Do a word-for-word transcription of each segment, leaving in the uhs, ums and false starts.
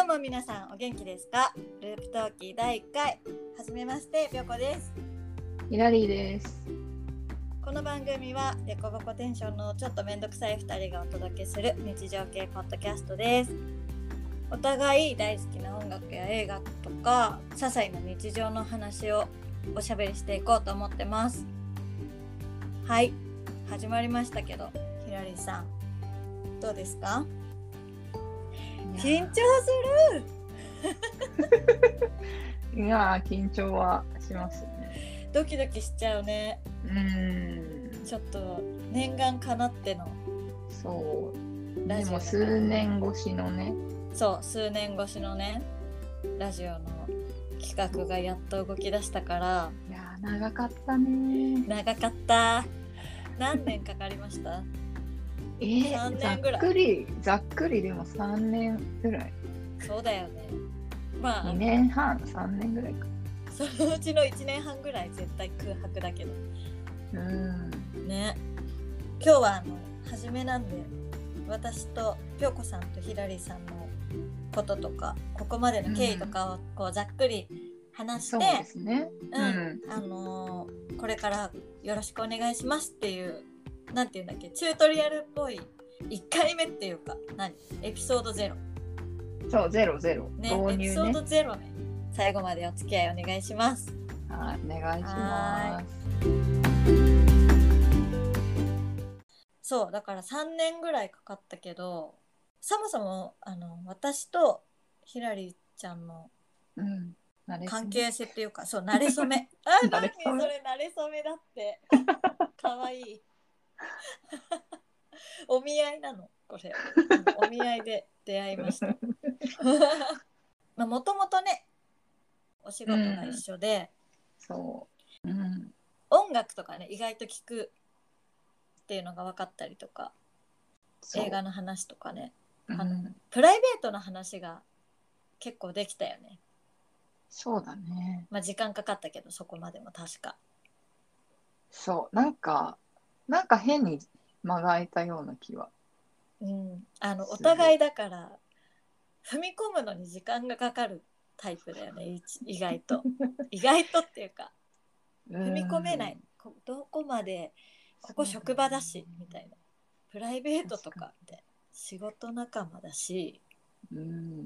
うも皆さんお元気ですか？ループトーキーだいいっかい、はじめまして、ぴょこです。 ヒラリーです。 この番組はデコボコテンションのちょっとめんどくさいふたりがお届けする日常系ポッドキャストです。お互い大好きな音楽や映画とか些細な日常の話をおしゃべりしていこうと思ってます。はい、始まりましたけど、ヒラリーさんどうですか？緊張するいやー緊張はしますね。 ドキドキしちゃうね。 うーんちょっと念願かなってのそうラジオだから。 でも数年越しのねそう数年越しのねラジオの企画がやっと動き出したから。 いやー長かったね。 長かった。何年かかりました？ えー、 さんねんぐらい。 ざっくりざっくりでもさんねんぐらい。 そうだよね。まあにねんはんさんねんぐらいか。 そのうちのいちねんはんぐらい絶対空白だけどうんね。今日はあの初めなんで、私とぴょこさんとひらりさんのこととかここまでの経緯とかをこうざっくり話して、 そうですね、 うんうん、あのー、これからよろしくお願いしますっていうなんていうんだっけ、チュートリアルっぽいいっかいめっていうか何エピソードゼロ。 そうゼロゼロ、 ね、 導入ね。 エピソードゼロね。最後までお付き合いお願いします。 はい、お願いします。 そうだからさんねんぐらいかかったけど、そもそもあの私とひらりちゃんの関係性っていうか、うん、そう慣れ初めあ、何それ慣れ初めだってかわいいお見合いなのこれ、うん、お見合いで出会いましたまあもともとねお仕事が一緒で、 うん、そう、うん、 音楽とかね意外と聞くっていうのが分かったりとか、映画の話とかね、あの、うん、プライベートの話が結構できたよね。 そうだね。 まあ時間かかったけどそこまでも確か。 そうなんかなんか変に間が空いたような気は。 うん、あのお互いだから踏み込むのに時間がかかるタイプだよね。意外と意外とっていうか踏み込めない。どこまでここ職場だしみたいな、プライベートとかって仕事仲間だし、 うん、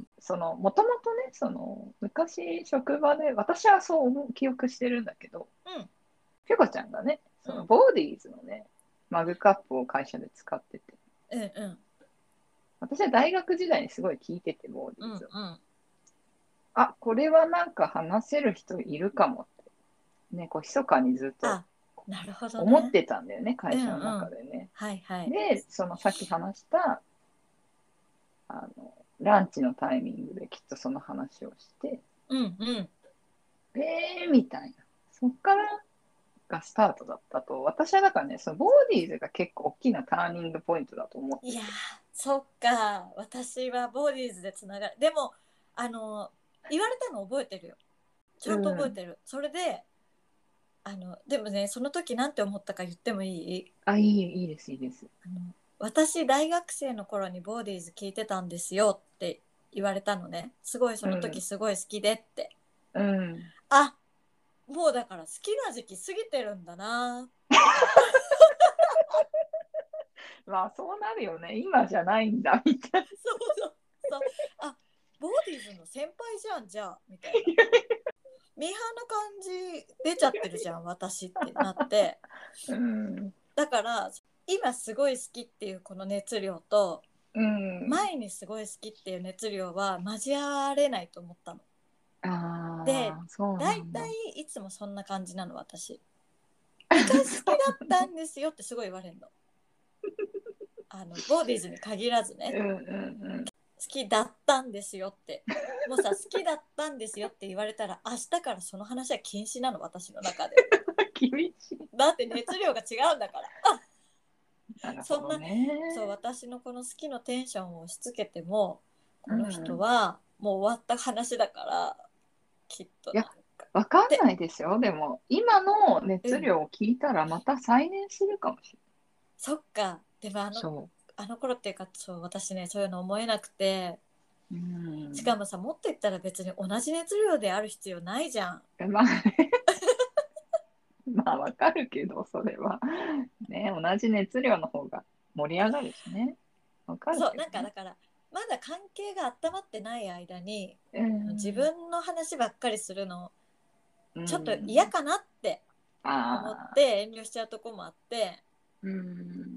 そのもともとねその昔職場で私はそう思う記憶してるんだけど、 うん、 ぴょこちゃんがねそのボーディーズのね、うん、マグカップを会社で使ってて、 うんうん、私は大学時代にすごい聞いててボーディーズを、 うんうん、 あこれはなんか話せる人いるかもってねこう密かにずっとなるほど、ね、 思ってたんだよね会社の中でね、 うんうん、はいはい、 でそのさっき話したあのランチのタイミングできっとその話をして、 うんうん、 えーみたいな、そっからがスタートだったと。私はだからねそのボーディーズが結構大きなターニングポイントだと思ってて。 いやそっか、私はボーディーズでつながる。でもあの言われたの覚えてるよ、ちゃんと覚えてる、うん、それであのでもねその時なんて思ったか言ってもいい？ あ、いいいいですいいです。 あの私大学生の頃にボーディーズ聞いてたんですよって言われたのね。すごいその時すごい好きでって、 うん、 あもうだから好きな時期過ぎてるんだなまあそうなるよね、今じゃないんだみたいな。 そうそうそう、あボーディーズの先輩じゃんじゃあみたいなミーハーな感じ出ちゃってるじゃん私ってなって、 うん、 だから今すごい好きっていうこの熱量と、 うん、 前にすごい好きっていう熱量は交われないと思ったの。 あでそうだいたいいつもそんな感じなの私。昔好きだったんですよってすごい言われるのあのボーディーズに限らずね、 うんうんうん、 好きだったんですよって、もうさ好きだったんですよって言われたら明日からその話は禁止なの私の中で厳しい。 だって熱量が違うんだからなるほどね。 そんなそう私のこの好きのテンションを押し付けてもこの人はもう終わった話だから、うん、きっとなんかいやわかんないですよ。でも今の熱量を聞いたらまた再燃するかもしれない、うん、 そっか。でもあのあの頃っていうかそう私ねそういうの思えなくて、 うん、 しかもさ、もっと言ったら別に同じ熱量である必要ないじゃん。 まあねまあわかるけど、それはね、同じ熱量の方が盛り上がるしね。わかるそう、 けどね。 なんかだからまだ関係が温まってない間にうん、 自分の話ばっかりするのうちょっと嫌ん、 かなって思っああ、 て遠慮しちゃうとこもあって、 うん、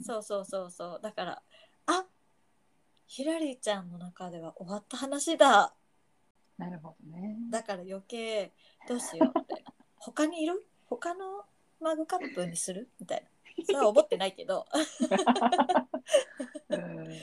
そうそうそうそう、だからあ、ヒラリーちゃんの中では終わった話だ、 なるほどね。 だから余計どうしようみたいな、他にいる他のマグカップにするみたいな、それは思ってないけどうん、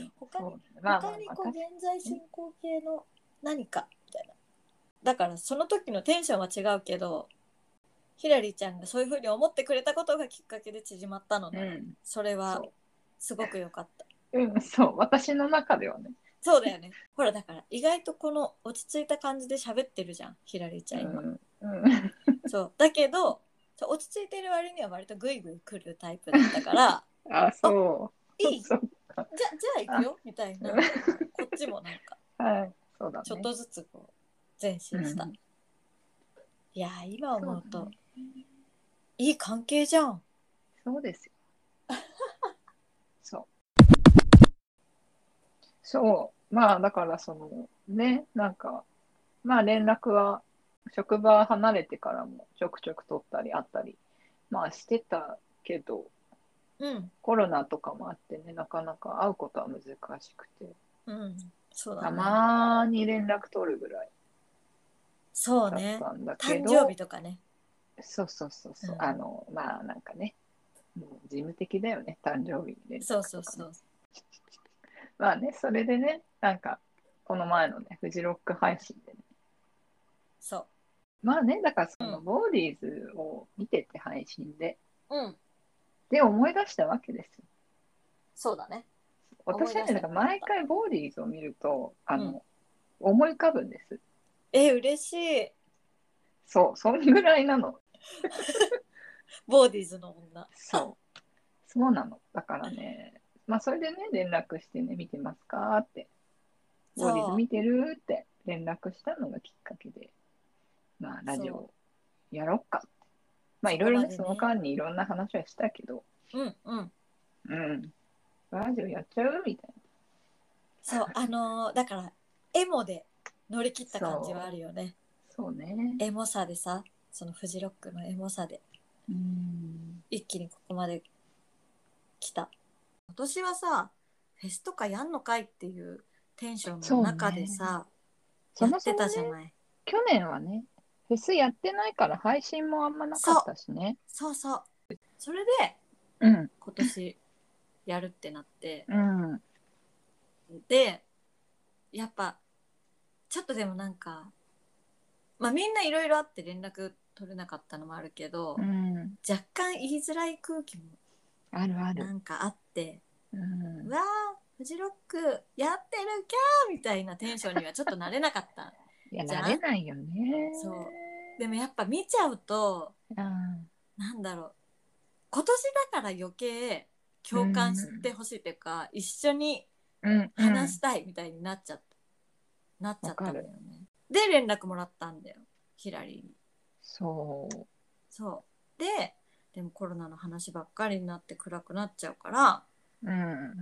他にそうね。まあまあまあ、 他にこう確か現在にね。 進行形の何かみたいな、だからその時のテンションは違うけど、ヒラリーちゃんがそういう風に思ってくれたことがきっかけで縮まったのなら、 うん、 それはそすごく良かった。 う。うん、そう。私の中ではね。 そうだよね。ほらだから意外とこの落ち着いた感じで喋ってるじゃん、ヒラリーちゃん今。 うん、うん。 そうだけど、落ち着いてる割には割とグイグイ来るタイプだったから、 あ、 あ、 そう。 いい、じゃそうか。 じゃあ行くあ、 よみたいうん、 な、こうこっちもなんかはい。そうだね。 ちょっとずつこう前進した。 うん。 いやー今思うとそうだね。 いい関係じゃん。 そうですよ。そう。そう。まあ、だからその、ね、なんか、まあ連絡は、職場離れてからもちょくちょく取ったりあったり、まあしてたけど、 うんコロナとかもあってね、なかなか会うことは難しくて、 うん、そうだたね。 まに連絡取るぐらいだっそうね。 たんだけ誕生日ど、 とかね。 そうそうそうそう、あうん、 の、まあなんかね、もう事務的だよね、誕生日に連そう絡とかね。 そうそう。 まあね、それでね、なんか、この前のね、フジロック配信でね、 そまあね、だからう。 そのうん。 ボーディーズを見てて配信で、 うん。 で思い出したわけですよ。 そうだね。思い私はね、だ出してもらった。 から毎回ボーディーズを見ると、あうん。 の、思い浮かぶんです。 え、嬉しい。 そう、そんぐらいなの。 ボーディーズの女。 そう、そうなの。だからね、まあそれでね、連絡してね、見てますかって、ボーディーズそう。 見てるって連絡したのがきっかけで、まあラジそう。 オやろっかって。まあそこいろいろね、 までね。 その間にいろんな話はしたけど、 うんうん。 うん、ラジオやっちゃうみたいな。 そう。あのーだから、エモで乗り切った感じはあそう、 るよね。 そうね。 エモさでさ、そのフジロックのエモさで、 うん、 一気にここまで来た。今年はさ、フェスとかやんのかいっていうテンションのそう中でね。 さ、 そやってもそもね、 たじゃない。 去年はね、フェスやってないから配信もあんまなかっそう。 たしね。 そうそう。それで、 うん、 今年やるってなって、 うん、 で、やっぱ、ちょっとでもなんか、まあみんないろいろあって連絡取れなかったのもあるけど、 うん、 若干言いづらい空気もあるある。 なんかあって、 うん、 うわー、フジロックやってるキャーみたいなテンションにはちょっとなれなかったいや、慣じゃん。 れないよね。 そう。でもやっぱ見ちゃうと、 うん、 なんだろう、今年だから余計う共感してん、 ほしいっていうか、一緒にうん、うん、 話したいみたいになっちゃった。なっちゃったのよわかる。 ね。で、連絡もらったんだよ。ヒラリーに。 そそう。で、でもコロナの話ばっかりになって暗くなっちゃうから、 う。うん、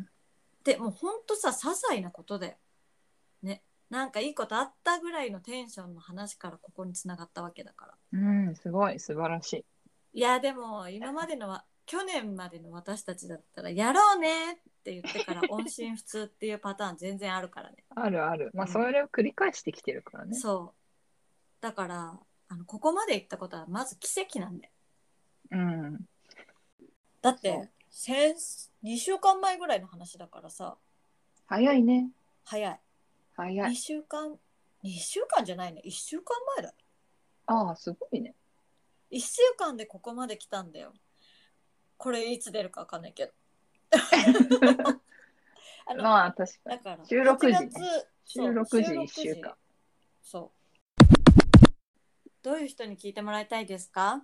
でもうほんとさ、些細なことだよ。ね。なんかいいことあったぐらいのテンションの話からここに繋がったわけだから。 うん、すごい、素晴らしい。 いや、でも今までのは、去年までの私たちだったら、やろうねって言ってから音信不通っていうパターン全然あるからね。 あるある。まあ、そうん。 れを繰り返してきてるからね。 そう。だから、あの、ここまで行ったことはまず奇跡なんだよ。 うん、 だっそう。 て、先、にしゅうかんまえぐらいの話だからさ、 早いね。 早い。 早い。 にしゅうかん、にしゅうかんじゃないね。いっしゅうかんまえだ。 ああ、すごいね。 いっしゅうかんでここまで来たんだよ。これいつ出るかわかんないけど。あの、 まあ、確かに。 だから、 収 8 録時ね。 月、そう、 収録時収録 1週間。 時、そう。どういう人に聞いてもらいたいですか？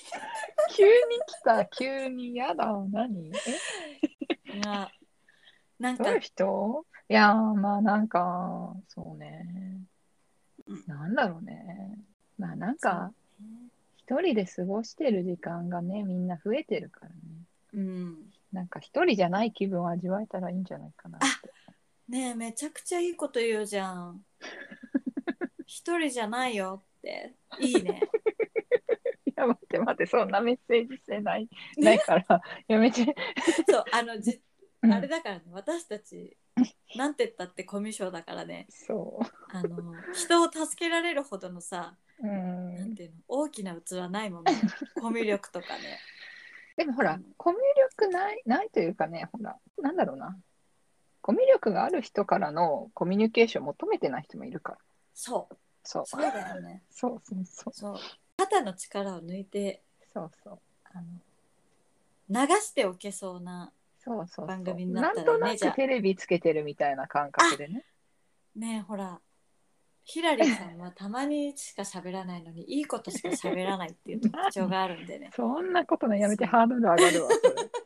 急に来た、急に。やだ、何えいや、 なんかどういう人？いやー、まあなんか、そうね。 うんなんだろうね。まあなんそうか、 ね。 一人で過ごしてる時間がね、みんな増えてるからね。 うんなんか一人じゃない気分を味わえたらいいんじゃないかなっあて。 ねえめちゃくちゃいいこと言うじゃん。一人じゃないよっていいね。 いや、待って待って、そんなメッセージ性ない、ないから、やめて。 そうあのじあれうん、 だからね私たちなんて言ったってコミュ障だからね。 そあの人を助けられるほどのさう。うん。 なんていうの大きな器ないもんね。コミュ力とかね。 でもほら、 あのコミュ力ない、ないというかね、ほら、なんだろうな。コミュ力がある人からのコミュニケーションを求めてない人もいるから。 そうそう。 そうだよね。 そうそうそう。 そう肩の力を抜いてそうそう。 あの流しておけそうなそうそうそう。 番組になっなんとなたらいいね。じゃくテレビつけてるみたいな感ああ覚でね。 ねえほらヒラリーさんはたまにしか喋らないのにいいことしか喋らないっていう特徴があるんでね。 そんなことね、やめて、 そうハードル上がるわ、それ。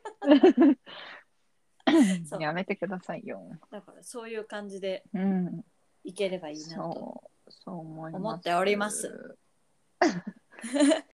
そうやめてくださいよ。 だからそういう感じでうん。 いければいいなとそう、そう思います。 思っております。